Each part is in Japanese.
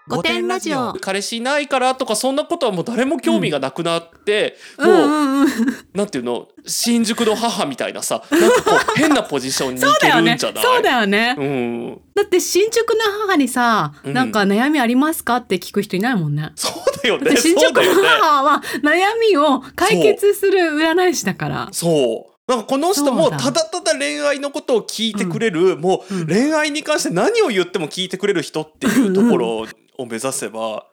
御殿ラジオ。 彼氏いないからとかそんなことはもう誰も興味がなくなって、もう、なんていうの、新宿の母みたいなさ、なんかこう変なポジションに行けるんじゃない？ そうだよね。だって新宿の母にさ、なんか悩みありますかって聞く人いないもんね。 そうだよね。 新宿の母は悩みを解決する占い師だから。 そう。なんかこの人もただただ恋愛のことを聞いてくれる、もう恋愛に関して何を言っても聞いてくれる人っていうところを目指せば。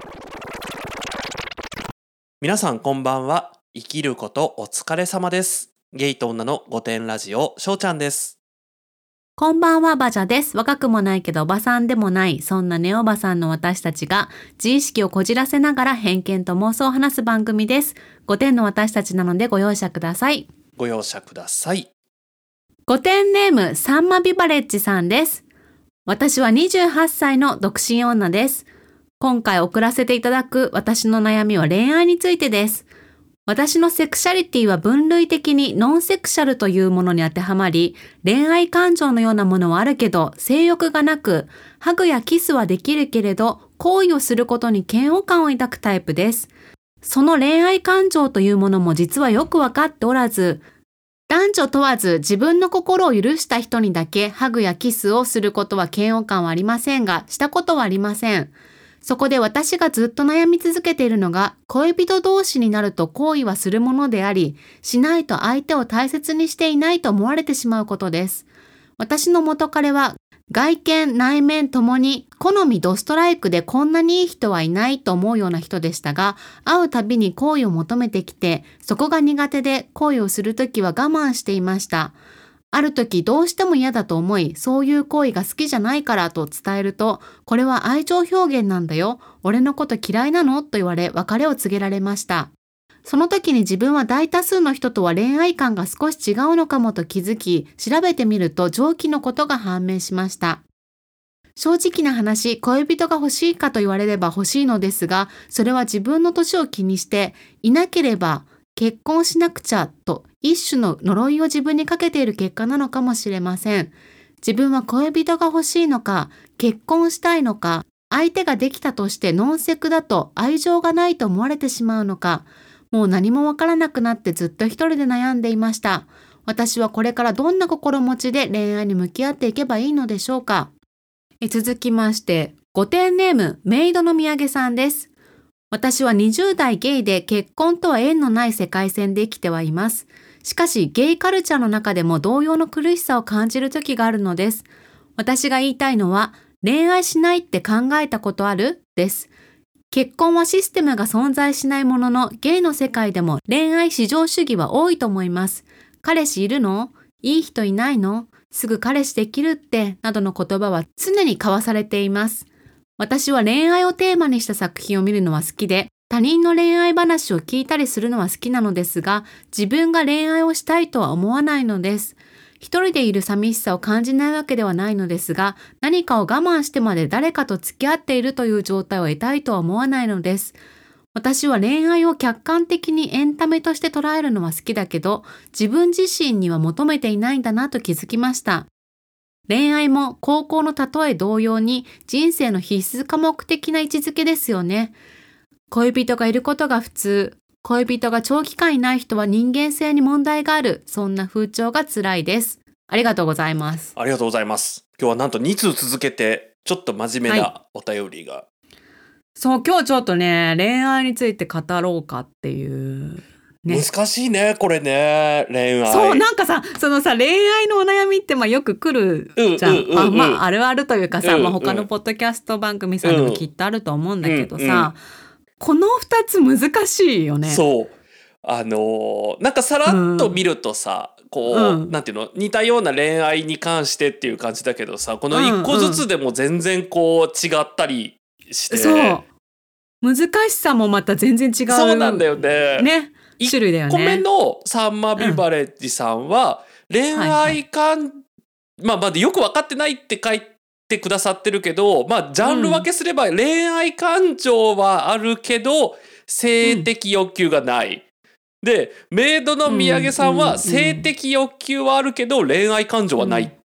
皆さんこんばんは。生きることお疲れ様です。ゲイと女の御殿ラジオ、しょうちゃんです。 こんばんは、バジャです。若くもないけどおばさんでもない、そんなネオバさんの私たちが自意識をこじらせながら偏見と妄想を話す番組です。御殿の私たちなのでご容赦ください。 ご容赦ください。 御殿ネームサンマビバレッジさんです。私は28歳の独身女です。今回送らせていただく私の悩みは恋愛についてです。私のセクシャリティは分類的にノンセクシャルというものに当てはまり、恋愛感情のようなものはあるけど性欲がなく、ハグやキスはできるけれど行為をすることに嫌悪感を抱くタイプです。その恋愛感情というものも実はよくわかっておらず、男女問わず自分の心を許した人にだけハグやキスをすることは嫌悪感はありませんが、したことはありません。そこで私がずっと悩み続けているのが、恋人同士になると行為はするものであり、しないと相手を大切にしていないと思われてしまうことです。私の元彼は外見内面ともに好みドストライクでこんなにいい人はいないと思うような人でしたが、会うたびに好意を求めてきて、そこが苦手で行為をするときは我慢していました。ある時どうしても嫌だと思い、そういう行為が好きじゃないからと伝えると、これは愛情表現なんだよ。俺のこと嫌いなのと言われ、別れを告げられました。その時に自分は大多数の人とは恋愛観が少し違うのかもと気づき、調べてみると上記のことが判明しました。正直な話、恋人が欲しいかと言われれば欲しいのですが、それは自分の年を気にして、いなければ結婚しなくちゃと一種の呪いを自分にかけている結果なのかもしれません。自分は恋人が欲しいのか、結婚したいのか、相手ができたとしてノンセクだと愛情がないと思われてしまうのか、もう何もわからなくなってずっと一人で悩んでいました。私はこれからどんな心持ちで恋愛に向き合っていけばいいのでしょうか。続きまして、御殿ネームメイドの土産さんです。私は20代ゲイで結婚とは縁のない世界線で生きてはいます。しかしゲイカルチャーの中でも同様の苦しさを感じる時があるのです。私が言いたいのは、恋愛しないって考えたことある？です。結婚はシステムが存在しないものの、ゲイの世界でも恋愛至上主義は多いと思います。彼氏いるの？いい人いないの？すぐ彼氏できるって、などの言葉は常に交わされています。私は恋愛をテーマにした作品を見るのは好きで、他人の恋愛話を聞いたりするのは好きなのですが、自分が恋愛をしたいとは思わないのです。一人でいる寂しさを感じないわけではないのですが、何かを我慢してまで誰かと付き合っているという状態を得たいとは思わないのです。私は恋愛を客観的にエンタメとして捉えるのは好きだけど、自分自身には求めていないんだなと気づきました。恋愛も高校の例え同様に人生の必須科目的な位置づけですよね。恋人がいることが普通。恋人が長期間いない人は人間性に問題がある。そんな風潮が辛いです。ありがとうございます。 ありがとうございます。今日はなんと2通続けてちょっと真面目なお便りが、 そう、今日ちょっとね、恋愛について語ろうかっていうね。 難しいねこれね、恋愛。 そう、なんかさ、そのさ、恋愛のお悩みってよく来るじゃん。あるあるというかさ、他のポッドキャスト番組さんでもきっとあると思うんだけどさ、この2つ難しいよね。 そう。なんかさらっと見るとさ、なんていうの、似たような恋愛に関してっていう感じだけどさ、この一個ずつでも全然違ったりして、 そう。難しさもまた全然違う。 そうなんだよね。 ね。種類だよね。 1個目のサンマビバレッジさんは、恋愛感、まだよく分かってないって書いてくださってるけど、ジャンル分けすれば恋愛感情はあるけど、性的欲求がない。で、メイドの土産さんは性的欲求はあるけど恋愛感情はないっ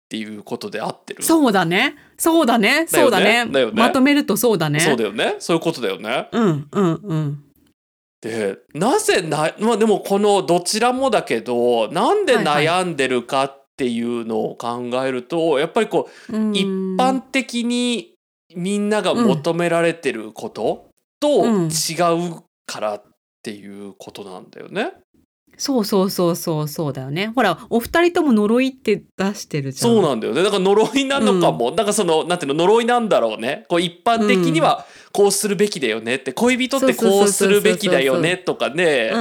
っていうことで合ってる？ そうだね。そうだね。そうだね。 だよね。 まとめるとそうだね。 そうだよね。そういうことだよね。 うんうんうん。 で、なぜまあでもこのどちらもだけど、なんで悩んでるかっていうのを考えると、やっぱりこう一般的にみんなが求められてることと違うからっていうことなんだよね。 そうそうそうそうそうだよね。ほら、お二人とも呪いって出してるじゃん。 そうなんだよね。だから呪いなのかも。なんかその、なんていうの、呪いなんだろうね。こう一般的にはこうするべきだよねって、恋人ってこうするべきだよねとかね。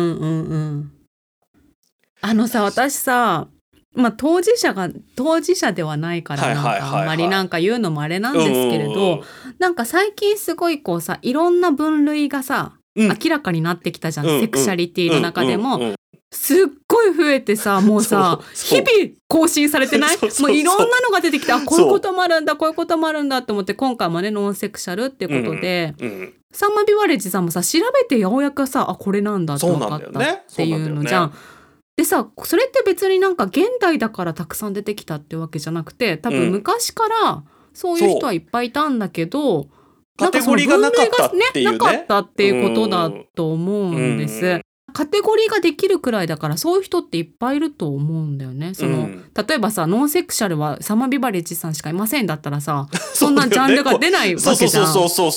私さ、まあ当事者ではないからなんかあんまりなんか言うのもあれなんですけれど、なんか最近すごいこうさ、いろんな分類がさ、明らかになってきたじゃん、セクシャリティの中でも。すっごい増えてさ、もうさ、日々更新されてない？もういろんなのが出てきて、あ、こういうこともあるんだ、こういうこともあるんだって思って、今回もね、ノンセクシャルってことで、サンマビバレッジさんもさ、調べてようやくさ、あ、これなんだって分かったっていうのじゃん。でさ、それって別になんか現代だからたくさん出てきたってわけじゃなくて、多分昔からそういう人はいっぱいいたんだけど、 カテゴリーがなかったっていうね。 なかったっていうことだと思うんです。カテゴリーができるくらいだからそういう人っていっぱいいると思うんだよね。例えばさ、ノンセクシャルはサマビバレッジさんしかいませんだったらさ、そんなジャンルが出ないわけじゃん。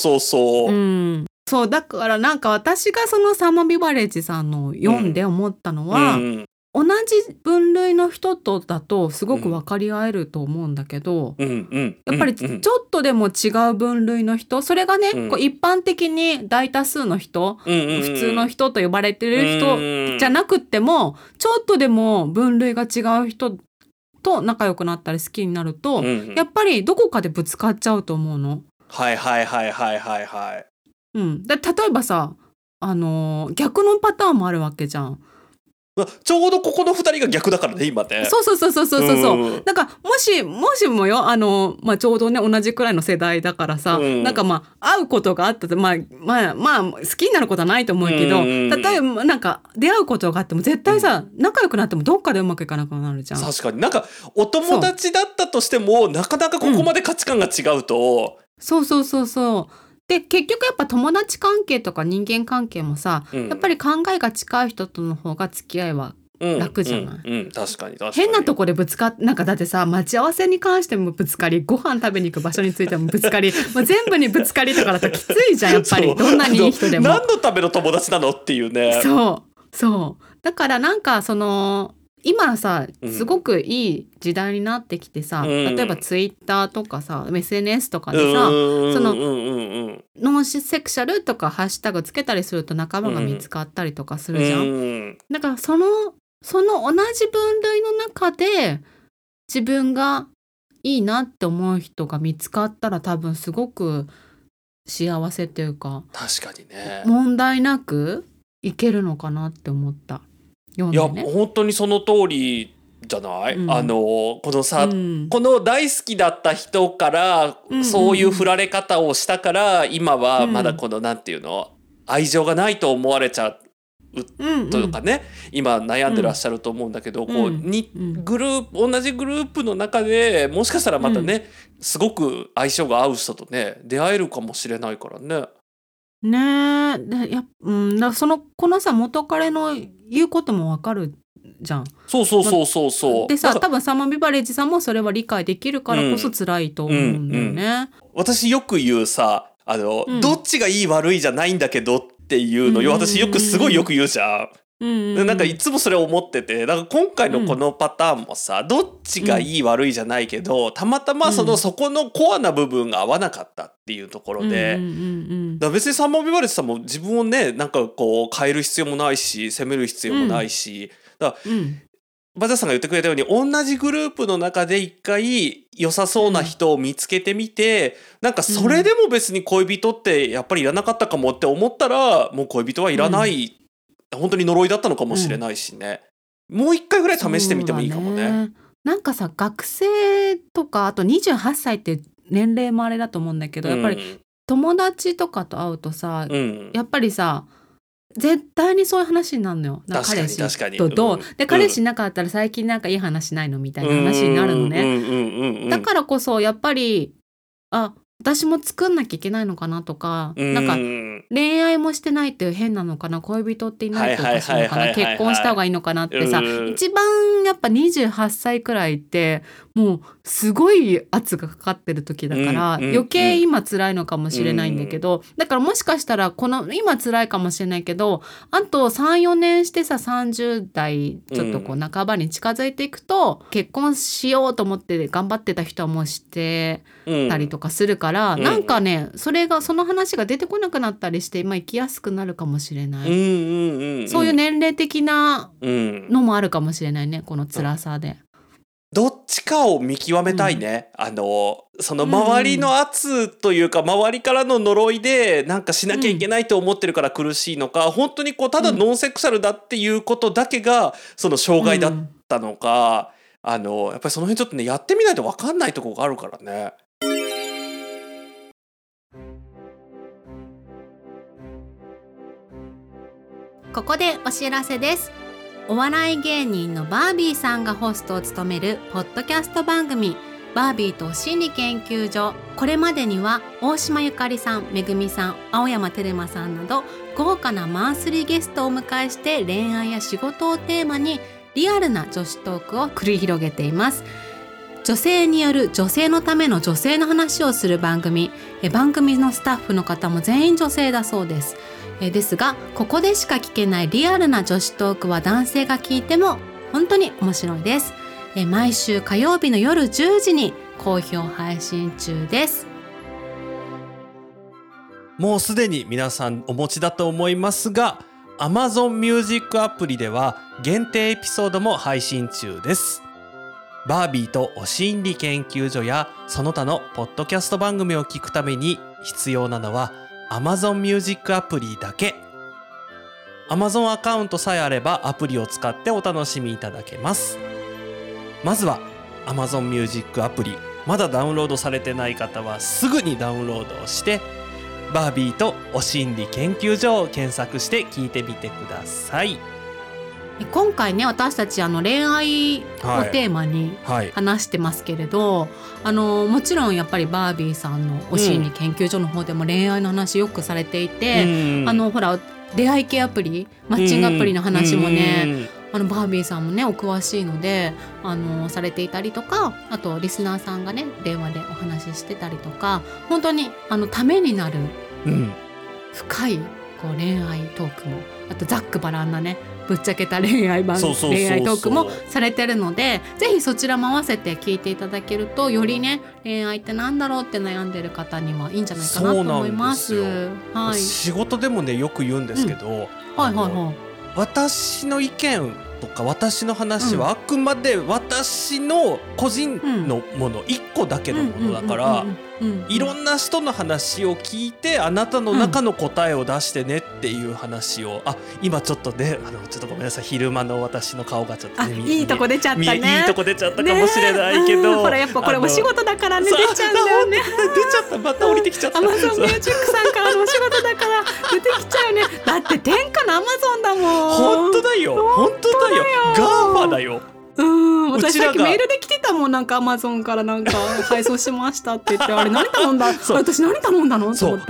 そうだからなんか私がそのサマビバレッジさんの読んで思ったのは、同じ分類の人とだとすごく分かり合えると思うんだけど、やっぱりちょっとでも違う分類の人、それがね、こう一般的に大多数の人、普通の人と呼ばれてる人じゃなくっても、ちょっとでも分類が違う人と仲良くなったり好きになると、やっぱりどこかでぶつかっちゃうと思うの。 はいはいはいはいはいはい。 例えばさ、逆のパターンもあるわけじゃん。 ちょうどここの2人が逆だからね今ね。 そうなんかもしもよ、ちょうどね同じくらいの世代だからさ、なんか会うことがあったと、まあ好きになることはないと思うけど、例えばなんか出会うことがあっても絶対さ、仲良くなってもどっかでうまくいかなくなるじゃん。 確かになんかお友達だったとしてもなかなかここまで価値観が違うと、 そうで結局やっぱ友達関係とか人間関係もさ、やっぱり考えが近い人との方が付き合いは楽じゃない？ 確かに変なとこでなんかだってさ、待ち合わせに関してもぶつかり、ご飯食べに行く場所についてもぶつかり全部にぶつかりとかだときついじゃんやっぱり。どんなにいい人でも何のための友達なのっていうね。 そうだからなんかその今さすごくいい時代になってきてさ、例えばツイッターとかさ SNS とかでさ、そのノンセクシャルとかハッシュタグつけたりすると仲間が見つかったりとかするじゃん。だからその同じ分類の中で自分がいいなって思う人が見つかったら多分すごく幸せっていうか、 確かにね、 問題なくいけるのかなって思った。 いや本当にその通りじゃない？このさ、この大好きだった人からそういう振られ方をしたから、今はまだこのなんていうの、愛情がないと思われちゃうとかね、今悩んでらっしゃると思うんだけど、こう同じグループの中でもしかしたらまたね、すごく相性が合う人とね出会えるかもしれないからね。 ねえ、でこのさ元彼の言うこともわかるじゃん。 そうでさ、多分サマビバレッジさんもそれは理解できるからこそ辛いと思うんだよね。 私よく言うさ、どっちがいい悪いじゃないんだけどっていうのよ、私すごいよく言うじゃん。なんかいつもそれ思ってて、だから今回のこのパターンもさ、どっちがいい悪いじゃないけど、たまたまそこのコアな部分が合わなかったっていうところで、だから別にサンマビバレッジさんも自分をねなんかこう変える必要もないし責める必要もないし、だからバジャさんが言ってくれたように同じグループの中で一回良さそうな人を見つけてみて、なんかそれでも別に恋人ってやっぱりいらなかったかもって思ったら、もう恋人はいらない、本当に呪いだったのかもしれないしね、もう一回ぐらい試してみてもいいかもね。 なんかさ学生とかあと28歳って年齢もあれだと思うんだけど、やっぱり友達とかと会うとさ、やっぱりさ絶対にそういう話になるのよ。 確かに彼氏確かにとどう、 うんで彼氏いなかったら最近なんかいい話ないのみたいな話になるのね。だからこそやっぱり私も作んなきゃいけないのかなとか、なんか恋愛もしてないって変なのかな、恋人っていないっておかしいのかな、結婚した方がいいのかなってさ、一番やっぱ28歳くらいってもうすごい圧がかかってる時だから余計今辛いのかもしれないんだけど、だからもしかしたらこの今辛いかもしれないけど、あと 3,4 年してさ30代ちょっとこう半ばに近づいていくと、結婚しようと思って頑張ってた人はもうしてたりとかするから、なんかねその話が出てこなくなったりして、生きやすくなるかもしれない、そういう年齢的なのもあるかもしれないね、この辛さで。 どっちかを見極めたいね、その周りの圧というか、周りからの呪いでなんかしなきゃいけないと思ってるから苦しいのか、本当にこうただノンセクシャルだっていうことだけがその障害だったのか、やっぱりその辺ちょっとねやってみないと分かんないところがあるからね。 ここでお知らせです。お笑い芸人のバービーさんがホストを務めるポッドキャスト番組バービーと心理研究所、これまでには大島ゆかりさん、めぐみさん、青山テルマさんなど豪華なマンスリーゲストをお迎えして、恋愛や仕事をテーマにリアルな女子トークを繰り広げています。女性による女性のための女性の話をする番組、番組のスタッフの方も全員女性だそうです。ですがここでしか聞けないリアルな女子トークは男性が聞いても本当に面白いです。毎週火曜日の夜10時に好評配信中です。 もうすでに皆さんお持ちだと思いますが、 Amazon Music アプリでは限定エピソードも配信中です。バービーとお心理研究所やその他のポッドキャスト番組を聞くために必要なのはAmazon Music アプリだけ。 Amazon アカウントさえあればアプリを使ってお楽しみいただけます。まずは Amazon Music アプリ、まだダウンロードされてない方はすぐにダウンロードをしてバービーとお心理研究所を検索して聞いてみてください。 今回ね、私たち恋愛をテーマに話してますけれど、もちろんやっぱりバービーさんのお心理研究所の方でも恋愛の話よくされていて、ほら出会い系アプリ、マッチングアプリの話もね、バービーさんもねお詳しいのでされていたりとか、あとリスナーさんがね電話でお話ししてたりとか、本当にためになる、深いこう恋愛トークも、あとざっくばらんなねぶっちゃけた恋愛トークもされてるので、ぜひそちらも合わせて聞いていただけると、よりね恋愛ってなんだろうって悩んでる方にはいいんじゃないかなと思います。 はい、仕事でもねよく言うんですけど、私の意見とか私の話はあくまで私の個人のもの、1個だけのものだから、いろんな人の話を聞いてあなたの中の答えを出してねっていう話を、今ちょっとねちょっとごめんなさい、昼間の私の顔がちょっとねいいとこ出ちゃったね、 いいとこ出ちゃったかもしれないけど、 ほらやっぱこれお仕事だからね出ちゃうんだよね。 出ちゃった、また降りてきちゃった。 Amazon Music さんからのお仕事だから出てきちゃうね。だって天下の Amazon だもん。 本当だよ、本当だよ、ガーファだよ。 私さっきメールで来てたもん、なんかアマゾンからなんか配送しましたって言って、あれ何頼んだ私何頼んだのと思って。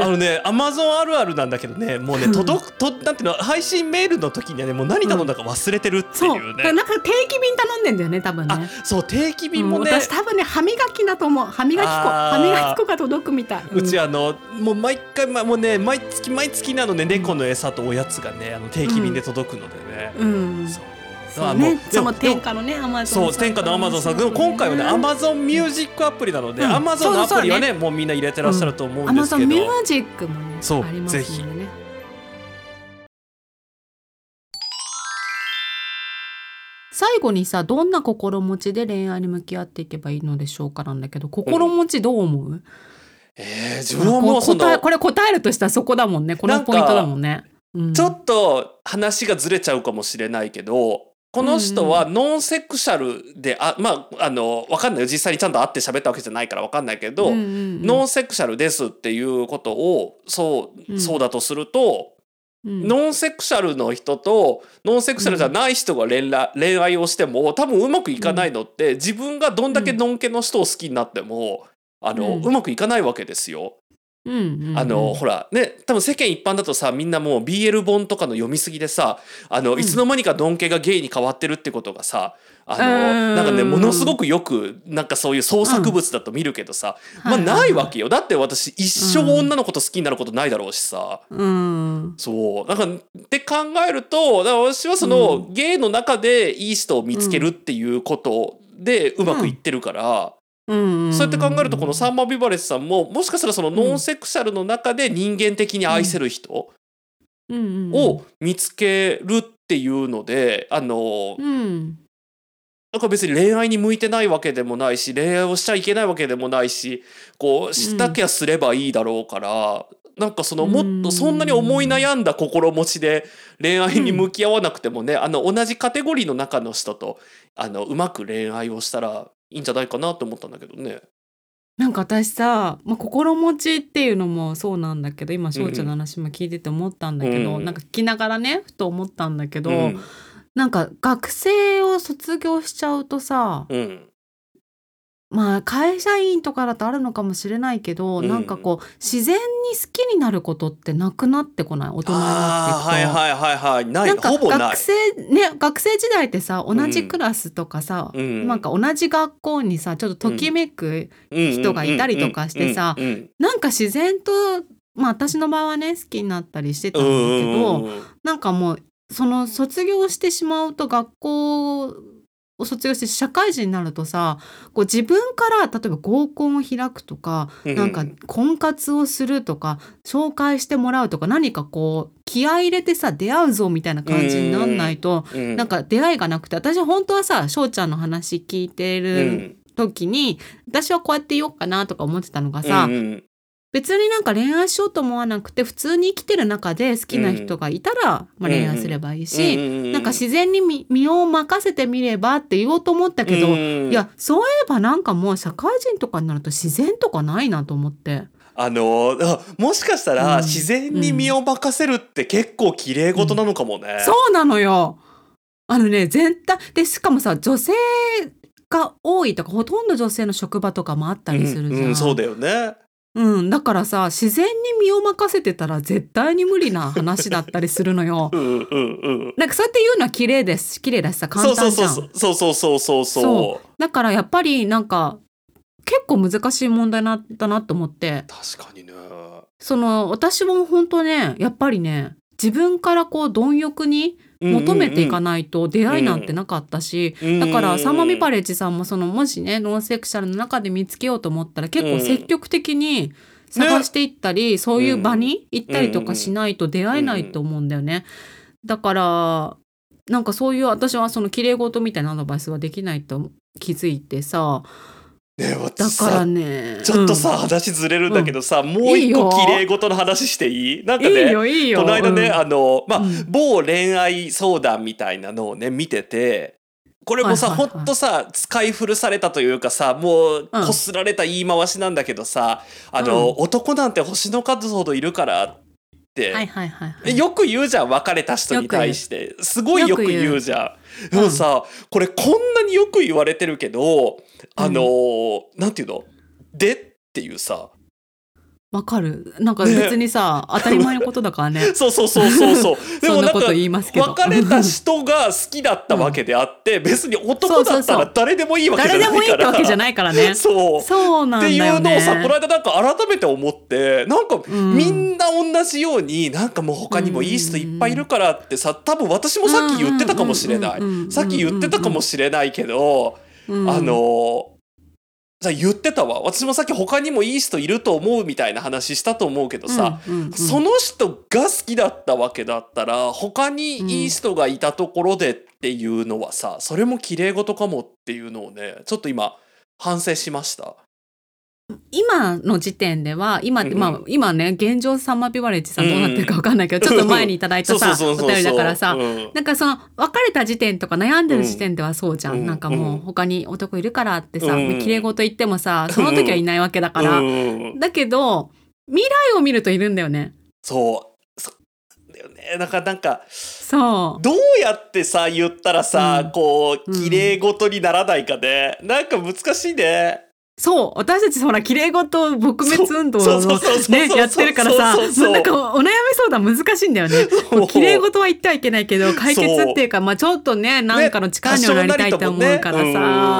アマゾンあるあるなんだけどね、もうねなんていうの、配信メールの時にはねもう何頼んだか忘れてるっていうね、 なんか定期便頼んでんだよね多分ね。 そう定期便もね、 私多分ね歯磨きだと思う。歯磨き粉が届くみたい。 うちもう毎回もうね毎月なのね、猫の餌とおやつがね定期便で届くのでね。 そうね、その天下のねアマゾンさん、 そう天下のアマゾンさん、でも今回はねアマゾンミュージックアプリなので、アマゾンのアプリはねもうみんな入れてらっしゃると思うんですけど、 アマゾンミュージックもねありますのでね。最後にさ、どんな心持ちで恋愛に向き合っていけばいいのでしょうかなんだけど、心持ちどう思う？ 自分はもうこれ答えるとしたらそこだもんね。このポイントだもんね。 ちょっと話がずれちゃうかもしれないけど、この人はノンセクシャルで、わかんないよ、実際にちゃんと会って喋ったわけじゃないからわかんないけど、ノンセクシャルですっていうことをそうだとすると、 ノンセクシャルの人とノンセクシャルじゃない人が恋愛をしても多分うまくいかないのって、自分がどんだけノンケの人を好きになってもうまくいかないわけですよ。ほらね、多分世間一般だとさ、みんなもう BL 本とかの読みすぎでさ、いつの間にかノンケがゲイに変わってるってことがさ、なんかね、ものすごくよくなんかそういう創作物だと見るけどさ、まあないわけよ。だって私一生女の子と好きになることないだろうしさ、そうなんかって考えると、だから私はその、ゲイの中でいい人を見つけるっていうことでうまくいってるから、そうやって考えると、このサンマビバレスさんももしかしたらそのノンセクシャルの中で人間的に愛せる人を見つけるっていうので、なんか別に恋愛に向いてないわけでもないし、恋愛をしちゃいけないわけでもないし、こうしたきゃすればいいだろうから、なんかそのもっとそんなに思い悩んだ心持ちで恋愛に向き合わなくてもね、同じカテゴリーの中の人とうまく恋愛をしたらいいんじゃないかなと思ったんだけどね。 なんか私さ、心持ちっていうのもそうなんだけど、今翔ちゃんの話も聞いてて思ったんだけど、なんか聞きながらねふと思ったんだけど、なんか学生を卒業しちゃうとさ、まあ会社員とかだとあるのかもしれないけど、なんかこう自然に好きになることってなくなってこない？大人になっていくと。 ない、 なんかほぼない。 学生時代ってさ、同じクラスとかさ、なんか同じ学校にさちょっとときめく人がいたりとかしてさ、なんか自然と、まあ私の場合はね好きになったりしてたんだけど、なんかもうその卒業してしまうと、学校を卒業して社会人になるとさ、こう自分から例えば合コンを開くとか、なんか婚活をするとか、紹介してもらうとか、何かこう気合い入れてさ出会うぞみたいな感じになんないと、なんか出会いがなくて、私本当はさ翔ちゃんの話聞いてる時に、私はこうやって言おうかなとか思ってたのがさ、別になんか恋愛しようと思わなくて、普通に生きてる中で好きな人がいたら、まあ、恋愛すればいいし、なんか自然に身を任せてみればって言おうと思ったけど、いやそういえばなんかもう社会人とかになると自然とかないなと思って。 もしかしたら自然に身を任せるって結構綺麗事なのかもね。 そうなのよ。絶対で、しかもさ女性が多いとか、ほとんど女性の職場とかもあったりするじゃん。 そうだよね。 だからさ、自然に身を任せてたら絶対に無理な話だったりするのよ。なんかそうやって言うのは綺麗だしさ、簡単じゃん。そうだからやっぱりなんか結構難しい問題だなと思って。 確かにね。 私も本当ね、やっぱりね、自分からこう貪欲に求めていかないと出会いなんてなかったし、だからサンマミパレッジさんももしねノンセクシャルの中で見つけようと思ったら結構積極的に探していったり、そういう場に行ったりとかしないと出会えないと思うんだよね。だからなんかそういう、私は綺麗事みたいなアドバイスはできないと気づいてさ、だからね、 ちょっとさ、話ずれるんだけどさ、もう一個綺麗事の話していい？なんかね、 いいよこの間ね、某恋愛相談みたいなのをね見てて、これもさ、ほんとさ使い古されたというかさ、もうこすられた言い回しなんだけどさ、男なんて星の数ほどいるからってよく言うじゃん、別れた人に対してすごいよく言うじゃん。でもさ、これこんなによく言われてるけど、なんていうのでっていうさ、 わかる。なんか別にさ、当たり前のことだからね。 そうでもそんなこと言いますけど、 別れた人が好きだったわけであって、別に男だったら誰でもいいわけじゃないから。 誰でもいいってわけじゃないからね。そうなんだよね。 っていうのをさ、この間なんか改めて思って、なんかみんな同じように、なんかもう他にもいい人いっぱいいるからってさ、多分私もさっき言ってたかもしれない。さっき言ってたかもしれないけど、言ってたわ。私もさっき他にもいい人いると思うみたいな話したと思うけどさ、その人が好きだったわけだったら、他にいい人がいたところでっていうのはさ、それも綺麗事かもっていうのをね、ちょっと今反省しました。 今の時点では今ね、現状サンマビバレッジさんどうなってるか分かんないけど、ちょっと前にいただいたさお便りだからさ、なんか別れた時点とか悩んでる時点ではそうじゃん、なんかもう他に男いるからってさ、綺麗事言ってもさ、その時はいないわけだから、だけど未来を見るといるんだよね。 だよね。なんかそうどうやってさ言ったらさ、こう綺麗事にならないかね、なんか難しいね。 そう私たちほら綺麗事撲滅運動をねやってるからさ、なんかお悩み相談難しいんだよね。綺麗事は言ってはいけないけど解決っていうか、まあちょっとねなんかの力にはなりたいと思うからさ、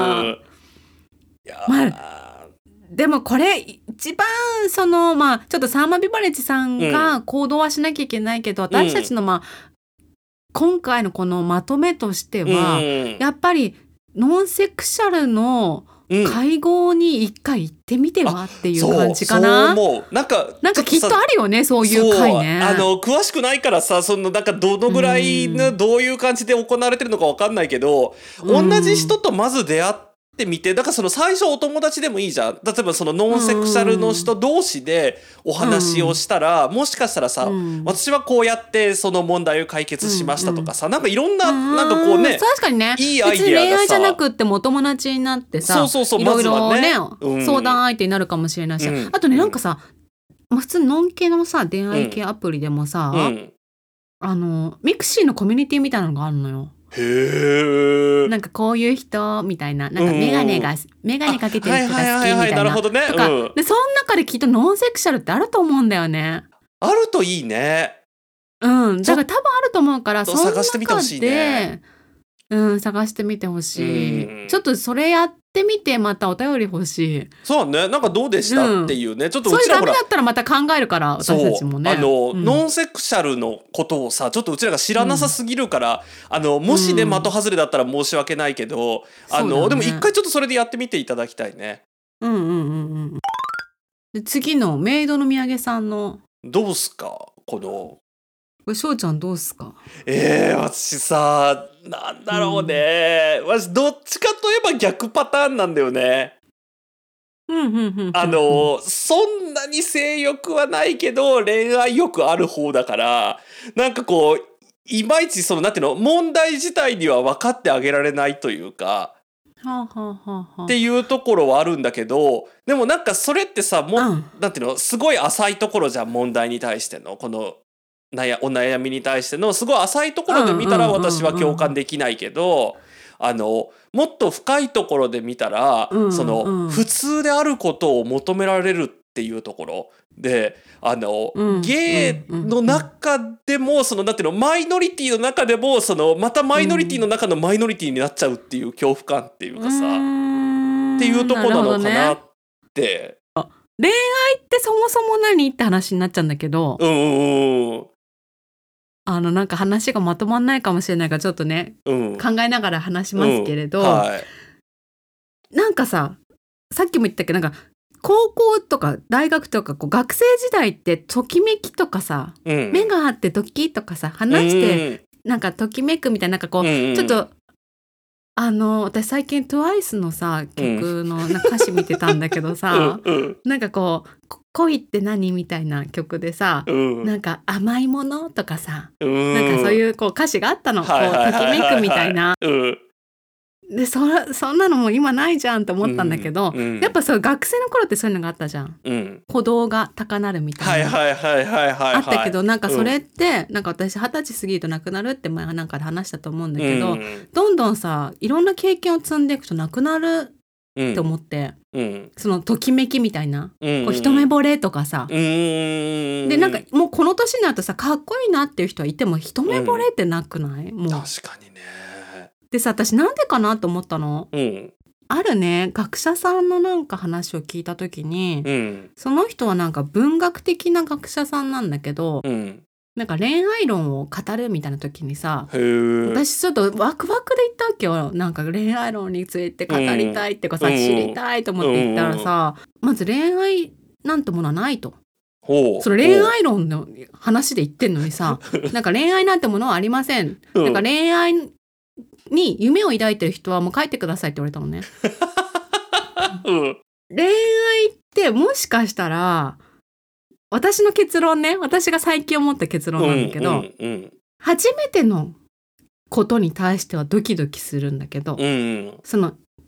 まあでもこれ一番そのまあちょっとサーマビバレッジさんが行動はしなきゃいけないけど、私たちのまあ今回のこのまとめとしては、やっぱりノンセクシャルの会合に一回行ってみてはっていう感じかな。 そうなんかきっとあるよねそういう会ね。 詳しくないからさ、そのなんかどのぐらいのどういう感じで行われてるのか分かんないけど、同じ人とまず出会ってみて、だからその最初お友達でもいいじゃん。例えばそのノンセクシャルの人同士でお話をしたら、もしかしたらさ、私はこうやってその問題を解決しましたとかさ、なんかいろんななんかこうね、 確かにね、 いいアイデアがさ、別に恋愛じゃなくってもお友達になってさ、いろいろね、相談相手になるかもしれないし、あとねなんかさ、普通ノン系のさ恋愛系アプリでもさ、ミクシーのコミュニティみたいなのがあるのよ。 へえ。 なんかこういう人みたいな、なんかメガネかけてる人が好きみたいな。なるほどね。とか、でその中できっとノンセクシャルってあると思うんだよね。 あるといいね。 だから多分あると思うから、その中で探してみてほしいね。 探してみてほしい。ちょっとそれやってみてまたお便り欲しい。 そうね、なんかどうでしたっていうね、ちょっとうちらそれダメだったらまた考えるから私たちもね。 ノンセクシャルのことをさちょっとうちらが知らなさすぎるから、もしね的外れだったら申し訳ないけど、でも一回ちょっとそれでやってみていただきたいね。 で次のメイドの土産さんのどうすかこれ翔ちゃんどうすか。 私さなんだろうね、私どっちかといえば逆パターンなんだよね。そんなに性欲はないけど恋愛欲ある方だから、なんかこういまいちそのなんていうの問題自体には分かってあげられないというか、っていうところはあるんだけど、でもなんかそれってさなんていうのすごい浅いところじゃん、問題に対してのこのお悩みに対してのすごい浅いところで見たら私は共感できないけど、もっと深いところで見たら、その普通であることを求められるっていうところで、ゲイの中でもそのなんていうのマイノリティの中でもそのまたマイノリティの中のマイノリティになっちゃうっていう恐怖感っていうかさ、っていうところなのかなって。 恋愛ってそもそも何って話になっちゃうんだけど、なんか話がまとまんないかもしれないからちょっとね、考えながら話しますけれど、なんかさっきも言ったけどなんか高校とか大学とかこう学生時代ってときめきとかさ、目があってドキとかさ話してなんかときめくみたいな、なんかこう、ちょっと私最近 TWICE のさ曲の歌詞見てたんだけどさなんかこう恋って何みたいな曲でさ、なんか甘いものとかさ、なんかそういうこう歌詞があったの、こうときめくみたいな。でそんなのも今ないじゃんと思ったんだけど、やっぱそう学生の頃ってそういうのがあったじゃん、鼓動が高鳴るみたいなあったけど、なんかそれって、なんか私20歳過ぎるとなくなるって前なんかで話したと思うんだけど、どんどんさいろんな経験を積んでいくとなくなるって思って、そのときめきみたいな、こう一目惚れとかさ、でなんかもうこの年になるとさかっこいいなっていう人はいても一目惚れってなくない、もう確かにね。 でさ私なんでかなと思ったの、あるね学者さんのなんか話を聞いた時に、その人はなんか文学的な学者さんなんだけど、なんか恋愛論を語るみたいな時にさ、私ちょっとワクワクで言ったわけよ。なんか恋愛論について語りたいっていうかさ、知りたいと思って言ったらさ、まず恋愛なんてものはないと。その恋愛論の話で言ってんのにさなんか恋愛なんてものはありません、なんか恋愛に夢を抱いてる人はもう帰ってくださいって言われたのね。恋愛ってもしかしたら私の結論ね、私が最近思った結論なんだけど、初めてのことに対してはドキドキするんだけど、その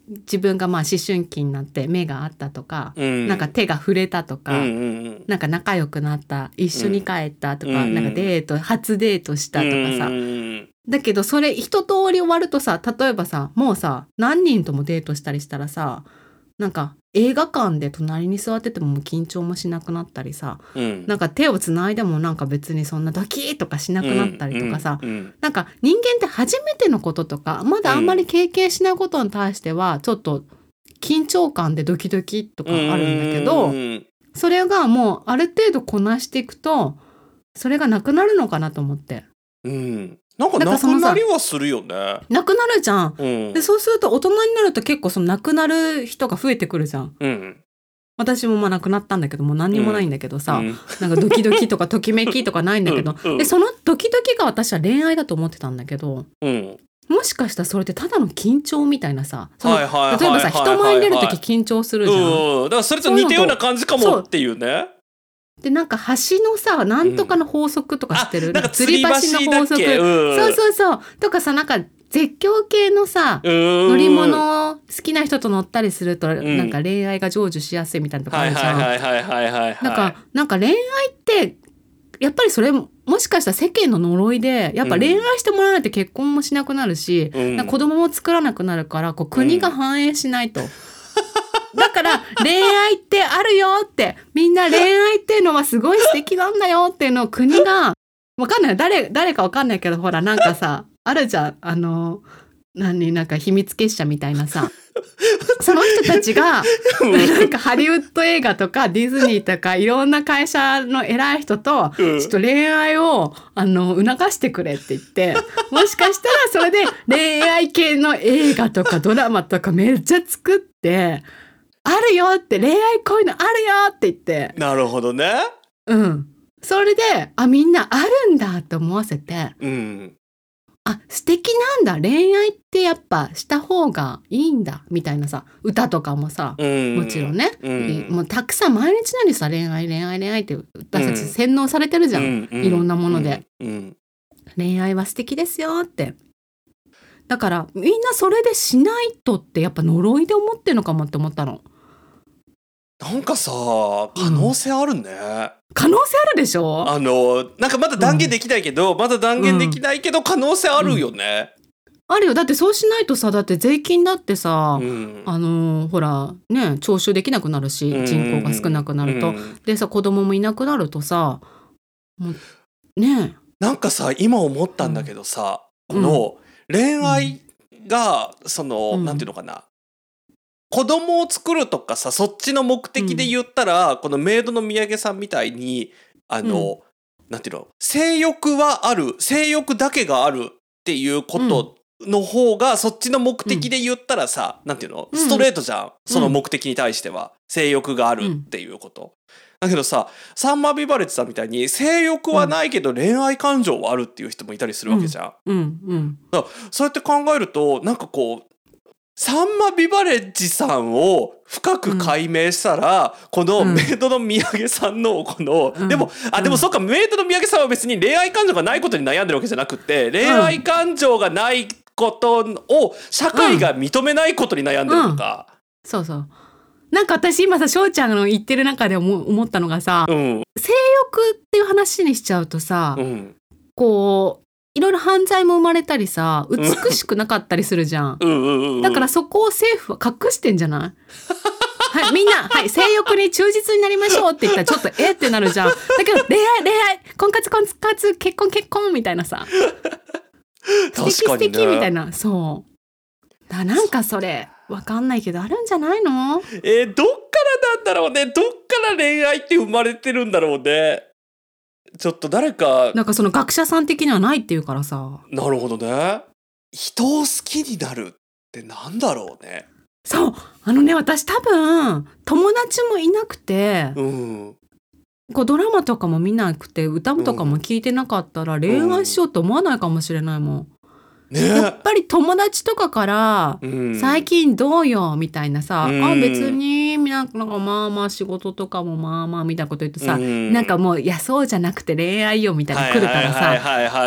自分がまあ思春期になって目があったとか、なんか手が触れたとか、なんか仲良くなった、一緒に帰ったとか、なんか初デートしたとかさ、だけどそれ一通り終わるとさ、例えばさ、もうさ何人ともデートしたりしたらさ、なんか映画館で隣に座っててももう緊張もしなくなったりさ、なんか手をつないでもなんか別にそんなドキッとかしなくなったりとかさ、なんか人間って初めてのこととかまだあんまり経験しないことに対してはちょっと緊張感でドキドキとかあるんだけど、それがもうある程度こなしていくとそれがなくなるのかなと思って。 なんかなくなりはするよね。 なくなるじゃん。でそうすると大人になると結構そのなくなる人が増えてくるじゃん。私もまあなくなったんだけどもう何にもないんだけどさ、なんかドキドキとかときめきとかないんだけどでそのドキドキが私は恋愛だと思ってたんだけど、もしかしたらそれってただの緊張みたいなさ、例えばさ人前に出る時緊張するじゃん。 だからそれと似たような感じかもっていうね。 でなんか橋のさなんとかの法則とか知ってる、 なんか吊り橋の法則、そうとかさ、なんか絶叫系のさ乗り物好きな人と乗ったりするとなんか恋愛が成就しやすいみたいなとこあるじゃん。なんか恋愛ってやっぱりそれもしかしたら世間の呪いでやっぱ恋愛してもらわないと結婚もしなくなるし、なんか子供も作らなくなるからこう国が反映しないと。だから恋愛ってあるよって、みんな恋愛っていうのはすごい素敵なんだよっていうのを国がわかんない、誰かわかんないけどほらなんかさあるじゃん、なんか秘密結社みたいなさその人たちがなんかハリウッド映画とかディズニーとかいろんな会社の偉い人とちょっと恋愛を促してくれって言って、もしかしたらそれで恋愛系の映画とかドラマとかめっちゃ作ってあるよって、恋愛こういうのあるよって言って。 なるほどね。 それでみんなあるんだって思わせて、素敵なんだ、恋愛ってやっぱした方がいいんだみたいなさ、歌とかもさ、もちろんね、もうたくさん毎日のようにさ恋愛って私たち洗脳されてるじゃん、いろんなもので、恋愛は素敵ですよって。だからみんなそれでしないとってやっぱ呪いで思ってるのかもって思ったの。 なんかさ可能性あるね、 可能性あるでしょ。 なんかまだ断言できないけど、可能性あるよね、 あるよ。だってそうしないとさ、だって税金だってさ、ほらね徴収できなくなるし、人口が少なくなると、でさ子供もいなくなるとさ、もうね、 なんかさ今思ったんだけどさ、この恋愛がその、なんていうのかな、子供を作るとかさそっちの目的で言ったら、このメイドの土産さんみたいになんていうの、性欲はある、性欲だけがあるっていうことの方が、そっちの目的で言ったらさ、なんていうの、ストレートじゃん、その目的に対しては性欲があるっていうこと、だけどさサンマビバレッジさんみたいに性欲はないけど恋愛感情はあるっていう人もいたりするわけじゃん。だからそうやって考えるとなんかこうサンマビバレッジさんを深く解明したら、このメイドの土産さんのこの、でもそっか、メイドの土産さんは別に恋愛感情がないことに悩んでるわけじゃなくて、恋愛感情がないことを社会が認めないことに悩んでるのか、 そうそう。なんか私今さ翔ちゃんの言ってる中で思ったのがさ、性欲っていう話にしちゃうとさ、こういろいろ犯罪も生まれたりさ、美しくなかったりするじゃん。だからそこを政府は隠してんじゃないはい、みんな、はい、性欲に忠実になりましょうって言ったらちょっとってなるじゃん。だけど恋愛婚活結婚みたいなさ、素敵みたいな、そうなんかそれわかんないけどあるんじゃないの？ どっからなんだろうね。どっから恋愛って生まれてるんだろうね。ちょっと誰かなんかその学者さん的にはないっていうからさ。 なるほどね。人を好きになるってなんだろうね。 そう私多分友達もいなくて、こうドラマとかも見なくて歌とかも聞いてなかったら恋愛しようと思わないかもしれないもん。やっぱり友達とかから最近どうよみたいなさ、別になんかまあまあ仕事とかもまあまあみたいなこと言ってさ、なんかもういやそうじゃなくて恋愛よみたいな来るから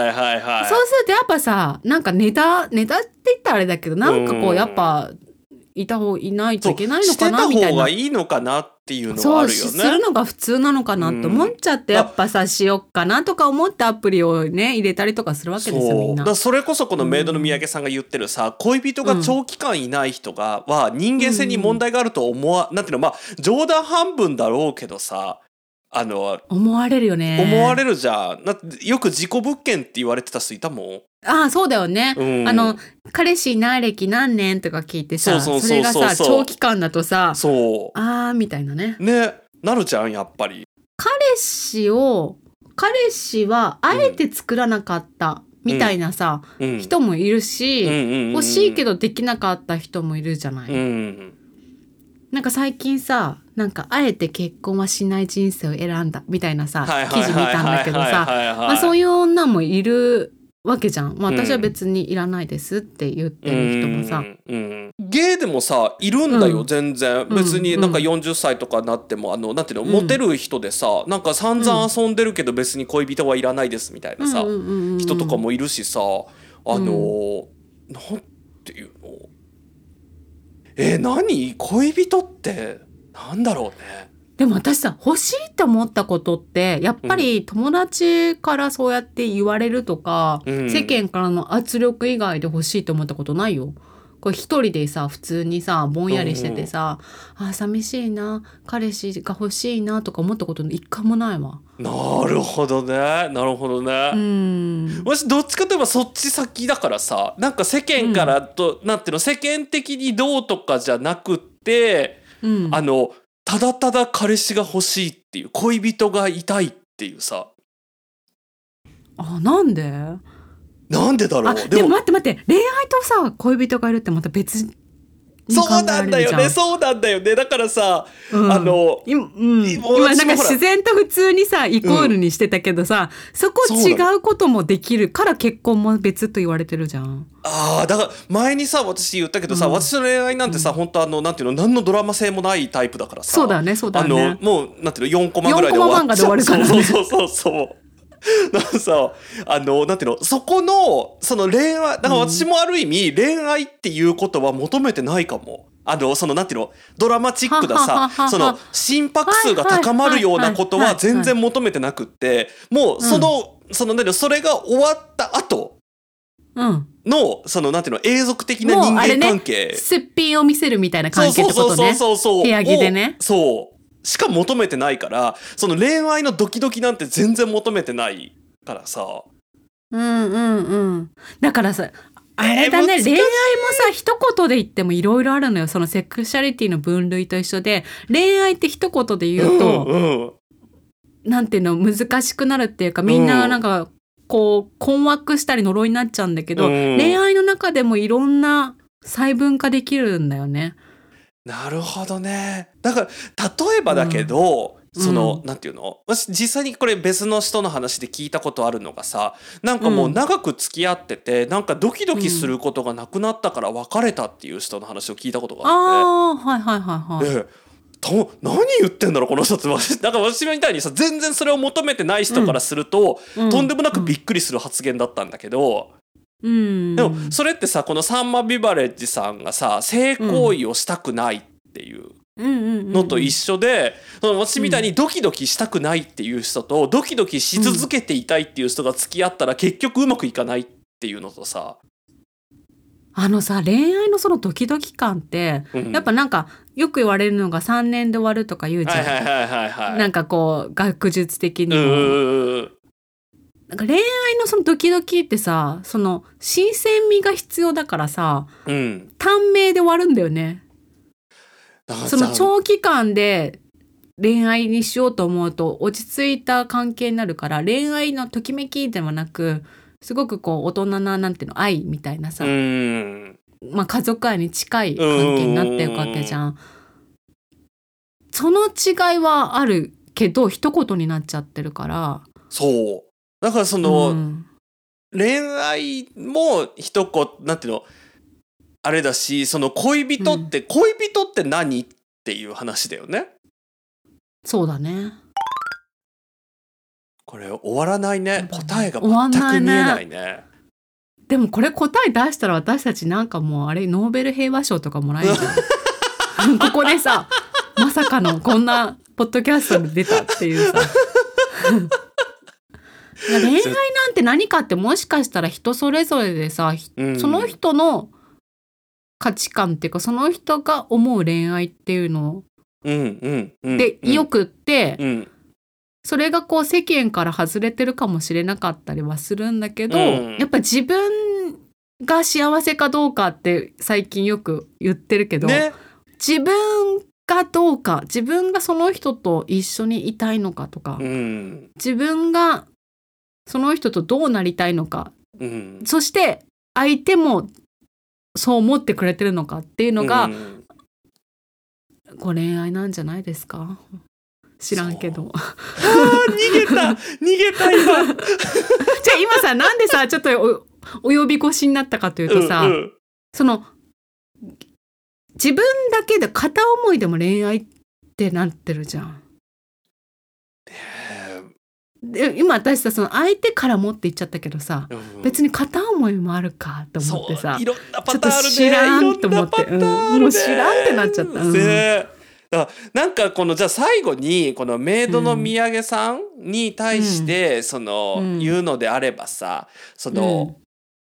さ、そうするとやっぱさ、なんかネタって言ったらあれだけど、なんかこうやっぱいないといけないのかなみたいな。 してた方がいいのかなっていうのはあるよね。 そうするのが普通なのかなって思っちゃって、やっぱさしよっかなとか思ってアプリをね入れたりとかするわけですよみんな。 それこそこのメイドの三宅さんが言ってるさ、恋人が長期間いない人は人間性に問題があるとなんていうの、冗談半分だろうけどさ、 思われるよね。 思われるじゃん。だってよく事故物件って言われてた人いたもん。 ああそうだよね、彼氏いない歴何年とか聞いてさ、それがさ長期間だとさ、あーみたいなねなるじゃんやっぱり。 彼氏はあえて作らなかったみたいなさ、人もいるし、欲しいけどできなかった人もいるじゃない、なんか最近さ、なんかあえて結婚はしない人生を選んだみたいなさ記事見たんだけどさ、そういう女もいるわけじゃん。私は別にいらないですって言ってる人もさ、 ゲイでもさいるんだよ、全然。別になんか40歳とかなってもなんていうの、モテる人でさ、なんか散々遊んでるけど別に恋人はいらないですみたいなさ、人とかもいるしさ、なんていうの、何恋人ってなんだろうね。 でも私さ、欲しいって思ったことってやっぱり友達からそうやって言われるとか、世間からの圧力以外で欲しいと思ったことないよ。これ一人でさ普通にさぼんやりしててさ、寂しいな、彼氏が欲しいなとか思ったこと一回もないわ。 なるほどね。私どっちかといえばそっち先だからさ、なんか世間からなんていうの、世間的にどうとかじゃなくって、ただただ彼氏が欲しいっていう、恋人がいたいっていうさ。 なんでだろう。 でも待って、恋愛とさ恋人がいるってまた別にそうなんだよね。だからさ、 今なんか自然と普通にさイコールにしてたけどさ、そこ違うこともできるから結婚も別と言われてるじゃん。 だから前にさ私言ったけどさ、私の恋愛なんてさ、本当なんていうの、何のドラマ性もないタイプだからさ。 そうだね。 もうなんていうの、4コマぐらいで終わっちゃう。そうなんかさ、なんていうの、そこのその恋愛だから、私もある意味恋愛っていうことは求めてないかも。そのなんていうの、ドラマチックなさ、その心拍数が高まるようなことは全然求めてなくって、もうそのなんていうの、それが終わった後のそのなんていうの、永続的な人間関係、 すっぴんを見せるみたいな関係ってことね。部屋着でね。 しか求めてないから、その恋愛のドキドキなんて全然求めてないからさ。 だからさ、あれだね、恋愛もさ一言で言ってもいろいろあるのよ。そのセクシャリティの分類と一緒で、恋愛って一言で言うと、なんていうの、難しくなるっていうか、みんななんかこう困惑したり呪いになっちゃうんだけど、恋愛の中でもいろんな細分化できるんだよね。 なるほどね。だから例えばだけど、なんていうの、私実際にこれ別の人の話で聞いたことあるのがさ、なんかもう長く付き合ってて、なんかドキドキすることがなくなったから別れたっていう人の話を聞いたことがあって、で何言ってんだろうこの人って。だから私みたいにさ、全然それを求めてない人からすると、とんでもなくびっくりする発言だったんだけど、でもそれってさ、このサンマビバレッジさんがさ、性行為をしたくないっていうのと一緒で、私みたいにドキドキしたくないっていう人とドキドキし続けていたいっていう人が付き合ったら結局うまくいかないっていうのとさ、 恋愛のそのドキドキ感って、やっぱなんかよく言われるのが3年で終わるとか言うじゃん。なんかこう学術的にも。なんか恋愛のそのドキドキってさ、その新鮮味が必要だからさ、短命で終わるんだよね。その長期間で恋愛にしようと思うと落ち着いた関係になるから、恋愛のときめきではなく、すごくこう大人ななんていうの、愛みたいなさ、家族愛に近い関係になっていくわけじゃん。その違いはあるけど一言になっちゃってるから。 そうだからその、恋愛も一言なんていうのあれだし、その恋人って何っていう話だよね。 そうだね。 これ終わらないね。答えが全く見えないね。 でもこれ答え出したら私たちなんかもうあれノーベル平和賞とかもらえるじゃんここでさまさかのこんなポッドキャストで出たっていうさ恋愛なんて何かってもしかしたら人それぞれでさ、その人の価値観っていうかその人が思う恋愛っていうのでよくって、それがこう世間から外れてるかもしれなかったりはするんだけど、やっぱ自分が幸せかどうかって最近よく言ってるけど、ね、自分がどうか、自分がその人と一緒にいたいのかとか、自分がその人とどうなりたいのか、そして相手もそう思ってくれてるのかっていうのが、こう恋愛なんじゃないですか。知らんけど。 逃げた今。 じゃあ今さ、なんでさちょっと お呼び越しになったかというとさ、その自分だけで片思いでも恋愛ってなってるじゃん。で今私さその相手から持っていっちゃったけどさ、別に片思いもあるかと思ってさ、 いろんなパターンあるね、 ちょっと知らんと思って、もう知らんってなっちゃった。 なんかこのじゃあ最後にこのメイドの土産さんに対してその言うのであればさ、その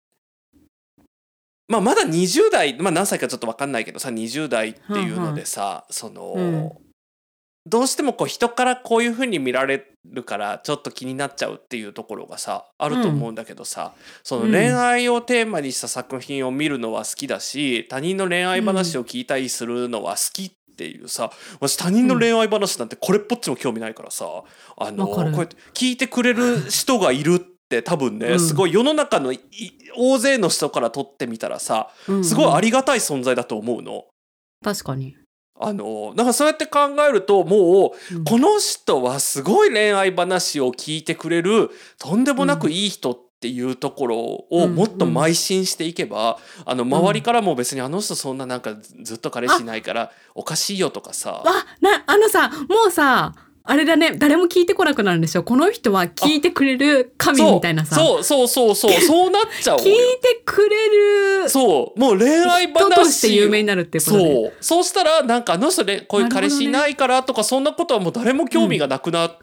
まだ20代、何歳かちょっと分かんないけどさ、20代っていうのでさ、そのどうしてもこう人からこういう風に見られるからちょっと気になっちゃうっていうところがさあると思うんだけどさ、その恋愛をテーマにした作品を見るのは好きだし、他人の恋愛話を聞いたりするのは好きっていうさ、私他人の恋愛話なんてこれっぽっちも興味ないからさ、こうやって聞いてくれる人がいるって多分ね、すごい世の中の大勢の人からとってみたらさ、すごいありがたい存在だと思うの。 確かに。 なんかそうやって考えるともう、この人はすごい恋愛話を聞いてくれるとんでもなくいい人っていうところをもっと邁進していけば、周りからも別にあの人そんななんかずっと彼氏いないからおかしいよとかさ、 さもうさあれだね、誰も聞いてこなくなるんでしょ。この人は聞いてくれる神みたいなさ。 そうなっちゃう。 聞いてくれる。 そう、もう恋愛話。人として有名になるってことね。 そうしたらなんかあの人でこういう彼氏いないからとか、そんなことはもう誰も興味がなくなって、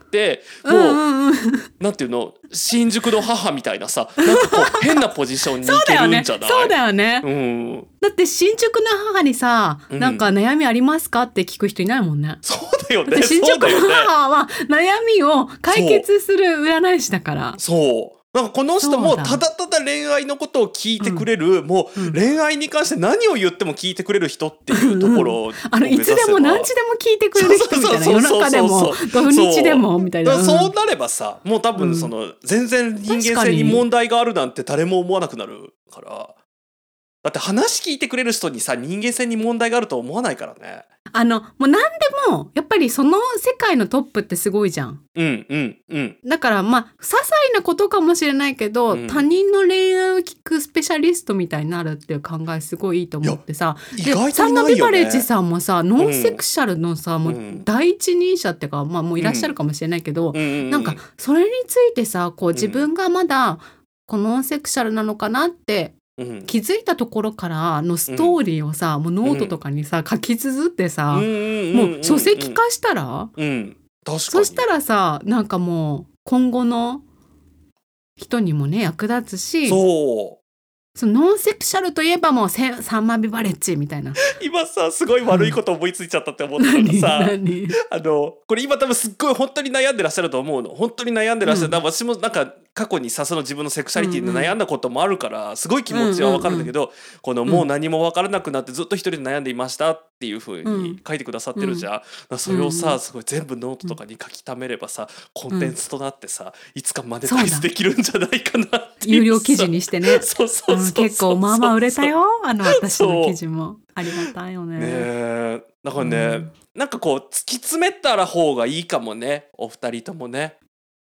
もう、なんていうの、新宿の母みたいなさ、なんかこう変なポジションに行けるんじゃない？ そうだよね。だって新宿の母にさ、なんか悩みありますかって聞く人いないもんね。 そうだよね。 新宿の母は悩みを解決する占い師だから。 なんかこの人もただただ恋愛のことを聞いてくれる、もう恋愛に関して何を言っても聞いてくれる人っていうところを目指せば、 いつでも何時でも聞いてくれる人みたいな、夜中でも土日でもみたいな。 そうなればさ、もう多分その全然人間性に問題があるなんて誰も思わなくなるから。だって話聞いてくれる人にさ、人間性に問題があると思わないからね。 もう何でもやっぱりその世界のトップってすごいじゃん。だから些細なことかもしれないけど、他人の恋愛を聞くスペシャリストみたいになるっていう考えすごいいいと思ってさ。でサンナビバレッジさんもさ、ノンセクシャルのさ、もう第一人者っていうか、もういらっしゃるかもしれないけど、なんかそれについてさ、こう自分がまだこのノンセクシャルなのかなって気づいたところからのストーリーをさ、もうノートとかにさ、書き綴ってさ、もう書籍化したら、 確かに。 そしたらさ、なんかもう今後の人にもね役立つし、そのノンセクシャルといえばもうサンマビバレッジみたいな。 今さすごい悪いこと思いついちゃったって思ったのがさ、これ今多分すっごい本当に悩んでらっしゃると思うの。本当に悩んでらっしゃる。私もなんか過去にさ、その自分のセクシャリティで悩んだこともあるから、すごい気持ちは分かるんだけど、このもう何も分からなくなってずっと一人で悩んでいましたっていう風に書いてくださってるじゃん。それをさ、すごい全部ノートとかに書き溜めればさ、コンテンツとなってさ、いつかマネタイズできるんじゃないかなっていう。 有料記事にしてね。結構まあまあ売れたよ。私の記事もありがたいよね。 だからね、なんかこう突き詰めたら方がいいかもね、お二人ともね。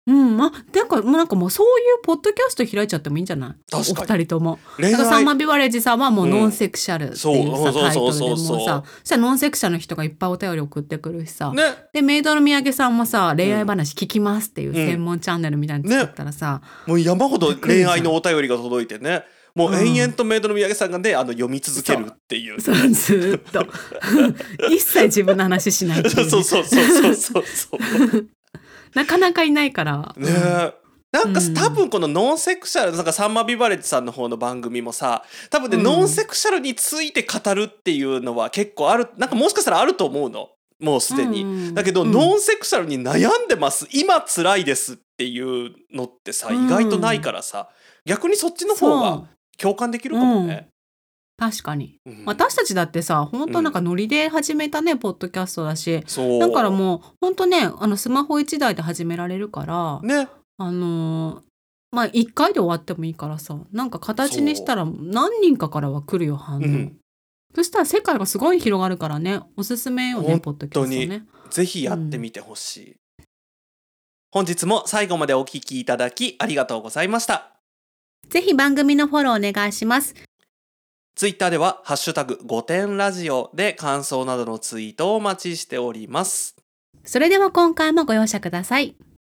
なんかもうそういうポッドキャスト開いちゃってもいいんじゃない？ 確かにお二人とも。 恋だからサンマ愛ビバレッジさんはもうノンセクシャルっていうさ、 そうタイトルでそうそうもうさ、そしたらノンセクシャルの人がいっぱいお便り送ってくるしさ。 ねで、メイドの三宅さんもさ、恋愛話聞きますっていう専門チャンネルみたいに作ったらさ、 もう山ほど恋愛のお便りが届いてね、もう延々とメイドの三宅さんがね読み続けるっていう。 そうずーっと一切自分の話しないっていうねそうそうそうそうそうそうなかなかいないから。 ねなんか多分このノンセクシャルなんかサンマビバレッジさんの方の番組もさ、多分ね、ノンセクシャルについて語るっていうのは結構ある、なんかもしかしたらあると思うの、もうすでに。だけど、ノンセクシャルに悩んでます今辛いですっていうのってさ、意外とないからさ、逆にそっちの方が共感できるかもね。 確かに、私たちだってさ本当なんかノリで始めたね、ポッドキャストだし、だからもう本当ねスマホ1台で始められるからね、 まあ1回で終わってもいいからさ、なんか形にしたら何人かからは来るよ反応、そしたら世界がすごい広がるからね、おすすめよねポッドキャストね。 ぜひやってみてほしい、本日も最後までお聞きいただきありがとうございました。 ぜひ番組のフォローお願いします。 ツイッターではハッシュタグ5点ラジオで感想などのツイートをお待ちしております。 それでは今回もご容赦ください。